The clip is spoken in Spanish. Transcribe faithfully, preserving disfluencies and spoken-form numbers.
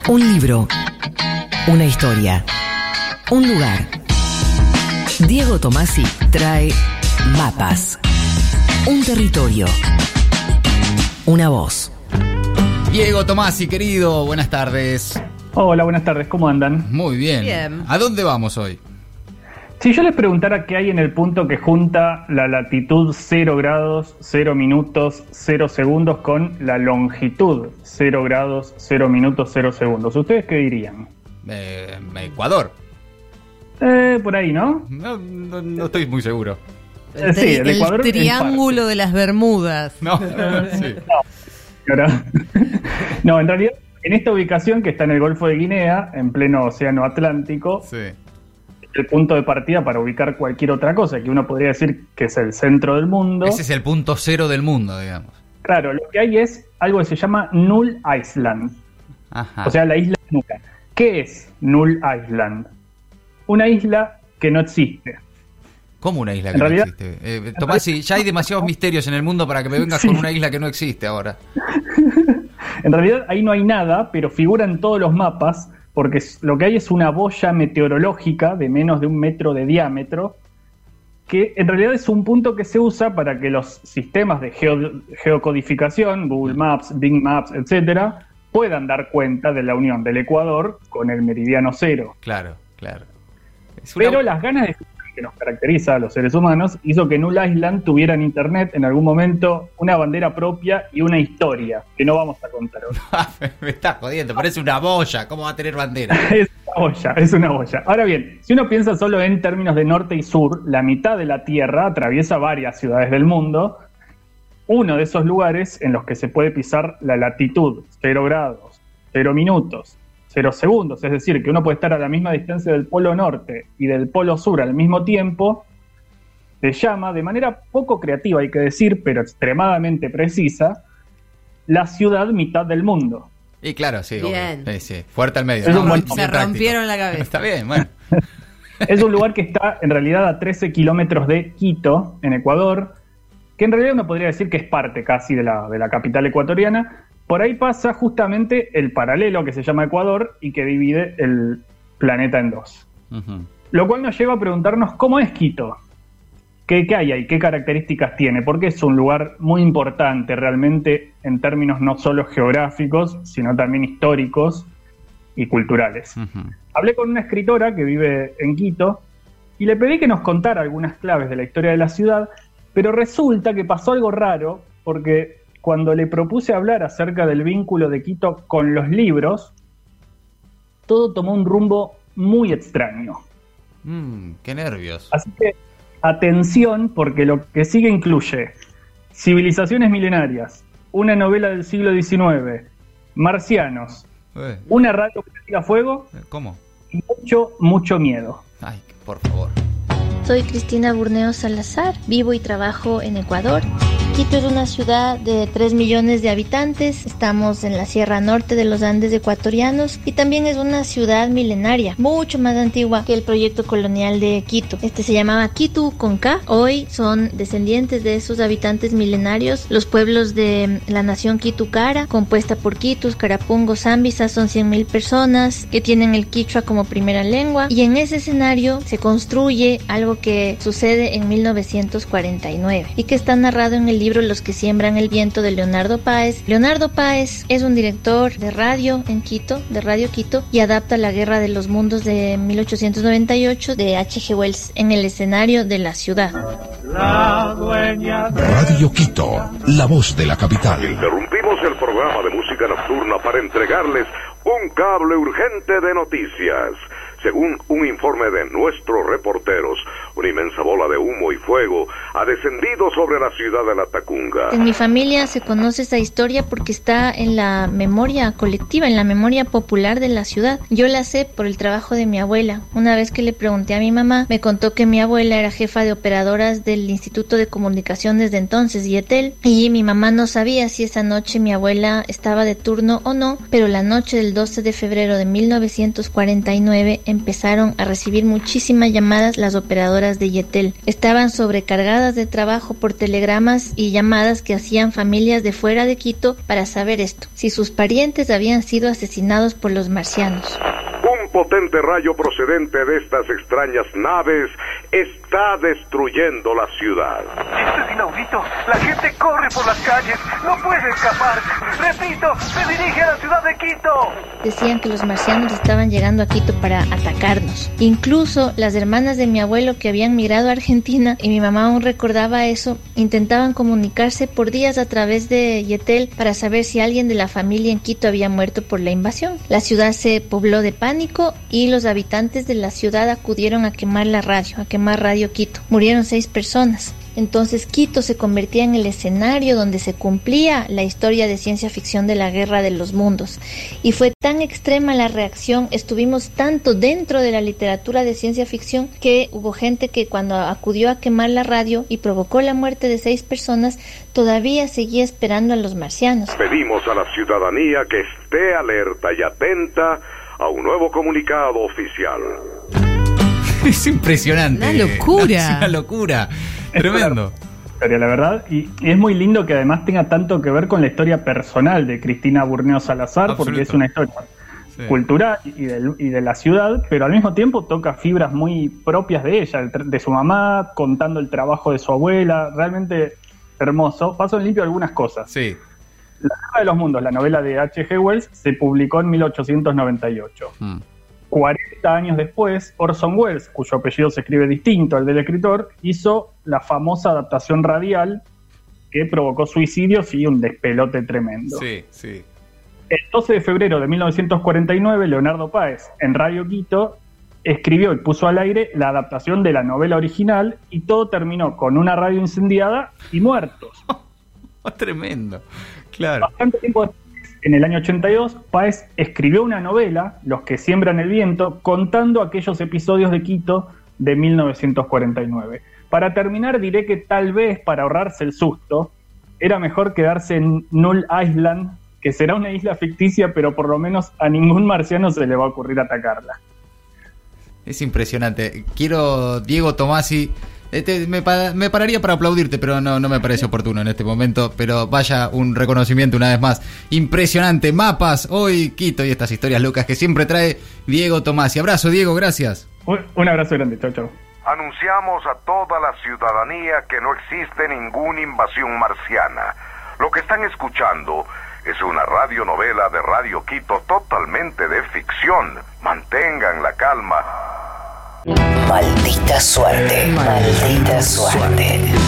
Un libro, una historia, un lugar. Diego Tomasi trae mapas, un territorio, una voz. Diego Tomasi, querido, buenas tardes. Hola, buenas tardes, ¿cómo andan? Muy bien. Bien. ¿A dónde vamos hoy? Si yo les preguntara qué hay en el punto que junta la latitud cero grados, cero minutos, cero segundos con la longitud cero grados, cero minutos, cero segundos, ¿ustedes qué dirían? Eh, Ecuador. Eh, por ahí, ¿no? No, no, no estoy muy seguro. Eh, sí, el, el Ecuador triángulo de las Bermudas. No, sí. Ahora, no, en realidad, en esta ubicación que está en el Golfo de Guinea, en pleno Océano Atlántico, Sí. el punto de partida para ubicar cualquier otra cosa, que uno podría decir que es el centro del mundo. Ese es el punto cero del mundo, digamos. Claro, lo que hay es algo que se llama Null Island, Ajá. o sea, la isla nula. ¿Qué es Null Island? Una isla que no existe. ¿Cómo una isla que en no realidad- existe? Eh, Tomasi, ya hay demasiados misterios en el mundo para que me vengas Sí. con una isla que no existe ahora. En realidad ahí no hay nada, pero figura en todos los mapas, porque es- lo que hay es una boya meteorológica de menos de un metro de diámetro, que en realidad es un punto que se usa para que los sistemas de geo- geocodificación, Google Maps, Bing Maps, etcétera, puedan dar cuenta de la unión del Ecuador con el meridiano cero. Claro, claro. Es una- Pero las ganas de que nos caracteriza a los seres humanos hizo que Null Island tuviera en internet en algún momento una bandera propia y una historia, que no vamos a contar hoy. me estás jodiendo, parece una boya. ¿Cómo va a tener bandera? Es una boya, es una boya. Ahora bien, si uno piensa solo en términos de norte y sur, la mitad de la Tierra atraviesa varias ciudades del mundo. Uno de esos lugares en los que se puede pisar la latitud, cero grados, cero minutos, cero segundos, es decir, que uno puede estar a la misma distancia del polo norte y del polo sur al mismo tiempo, se llama, de manera poco creativa hay que decir, pero extremadamente precisa, la ciudad mitad del mundo. Y claro, sí, Bien. obvio. Sí, sí. Fuerte al medio. Es ¿no? un buen- Bien Se práctico. rompieron la cabeza. Está bien, bueno. Es un lugar que está en realidad a trece kilómetros de Quito, en Ecuador, que en realidad uno podría decir que es parte casi de la, de la capital ecuatoriana. Por ahí pasa justamente el paralelo que se llama Ecuador y que divide el planeta en dos. Ujú. Lo cual nos lleva a preguntarnos cómo es Quito. ¿Qué, qué hay ahí? ¿Qué características tiene? Porque es un lugar muy importante realmente en términos no solo geográficos, sino también históricos y culturales. Ujú. Hablé con una escritora que vive en Quito y le pedí que nos contara algunas claves de la historia de la ciudad, pero resulta que pasó algo raro porque cuando le propuse hablar acerca del vínculo de Quito con los libros, todo tomó un rumbo muy extraño. Mm, qué nervios. Así que atención, porque lo que sigue incluye civilizaciones milenarias, una novela del siglo diecinueve, marcianos, Eh, una radio que tira fuego ¿Cómo? y mucho, mucho miedo. Ay, por favor. Soy Cristina Burneo Salazar, vivo y trabajo en Ecuador. Quito es una ciudad de tres millones de habitantes, estamos en la Sierra Norte de los Andes ecuatorianos y también es una ciudad milenaria, mucho más antigua que el proyecto colonial de Quito. Este se llamaba Quito con K, hoy son descendientes de esos habitantes milenarios, los pueblos de la nación Quitucara, compuesta por quitus, carapungos, zambisas, son cien mil personas que tienen el quichua como primera lengua y en ese escenario se construye algo que sucede en mil novecientos cuarenta y nueve y que está narrado en el libro Los que siembran el viento de Leonardo Páez. Leonardo Páez es un director de radio en Quito, de Radio Quito, y adapta La Guerra de los Mundos de mil ochocientos noventa y ocho de H G Wells en el escenario de la ciudad. Radio Quito, la voz de la capital. Interrumpimos el programa de música nocturna para entregarles un cable urgente de noticias. Según un informe de nuestros reporteros, una inmensa bola de humo y fuego ha descendido sobre la ciudad de La Tacunga. En mi familia se conoce esa historia porque está en la memoria colectiva, en la memoria popular de la ciudad. Yo la sé por el trabajo de mi abuela. Una vez que le pregunté a mi mamá, me contó que mi abuela era jefa de operadoras del Instituto de Comunicaciones de entonces, IETEL, y mi mamá no sabía si esa noche mi abuela estaba de turno o no, pero la noche del doce de febrero de mil novecientos cuarenta y nueve empezaron a recibir muchísimas llamadas las operadoras computadoras de Yetel. Estaban sobrecargadas de trabajo por telegramas y llamadas que hacían familias de fuera de Quito para saber esto, si sus parientes habían sido asesinados por los marcianos. Un potente rayo procedente de estas extrañas naves está destruyendo la ciudad. Esto es inaudito. La gente corre por las calles. No puede escapar. Repito, se dirige a la ciudad de Quito. Decían que los marcianos estaban llegando a Quito para atacarnos. Incluso las hermanas de mi abuelo que habían migrado a Argentina, y mi mamá aún recordaba eso, intentaban comunicarse por días a través de Yetel para saber si alguien de la familia en Quito había muerto por la invasión. La ciudad se pobló de pánico y los habitantes de la ciudad acudieron a quemar la radio, a quemar Radio Quito. Murieron seis personas. Entonces Quito se convertía en el escenario donde se cumplía la historia de ciencia ficción de la Guerra de los Mundos. Y fue tan extrema la reacción, estuvimos tanto dentro de la literatura de ciencia ficción que hubo gente que cuando acudió a quemar la radio y provocó la muerte de seis personas, todavía seguía esperando a los marcianos. Pedimos a la ciudadanía que esté alerta y atenta a un nuevo comunicado oficial. Es impresionante. Una locura. Es una locura. Tremendo. Historia, la verdad, y, y es muy lindo que además tenga tanto que ver con la historia personal de Cristina Burneo Salazar, Absoluto. Porque es una historia sí. cultural y de, y de la ciudad, pero al mismo tiempo toca fibras muy propias de ella, de su mamá, contando el trabajo de su abuela, realmente hermoso. Paso en limpio algunas cosas. Sí. La Guerra de los Mundos, la novela de H G Wells, se publicó en mil ochocientos noventa y ocho. Mm. cuarenta años después, Orson Welles, cuyo apellido se escribe distinto al del escritor, hizo la famosa adaptación radial que provocó suicidios y un despelote tremendo. Sí, sí. El doce de febrero de mil novecientos cuarenta y nueve, Leonardo Páez, en Radio Quito, escribió y puso al aire la adaptación de la novela original y todo terminó con una radio incendiada y muertos. Tremendo, claro. Bastante tiempo después, en el año ochenta y dos, Páez escribió una novela, Los que siembran el viento, contando aquellos episodios de Quito de mil novecientos cuarenta y nueve. Para terminar, diré que tal vez, para ahorrarse el susto, era mejor quedarse en Null Island, que será una isla ficticia, pero por lo menos a ningún marciano se le va a ocurrir atacarla. Es impresionante. Quiero, Diego Tomasi... Este, me, pa- me pararía para aplaudirte, pero no, no me parece oportuno en este momento. Pero vaya un reconocimiento una vez más. Impresionante. Mapas, hoy Quito y estas historias locas que siempre trae Diego Tomasi. Abrazo, Diego, gracias. Un, un abrazo grande, chau, chau. Anunciamos a toda la ciudadanía que no existe ninguna invasión marciana. Lo que están escuchando es una radionovela de Radio Quito totalmente de ficción. Mantengan la calma. Maldita suerte, maldita suerte.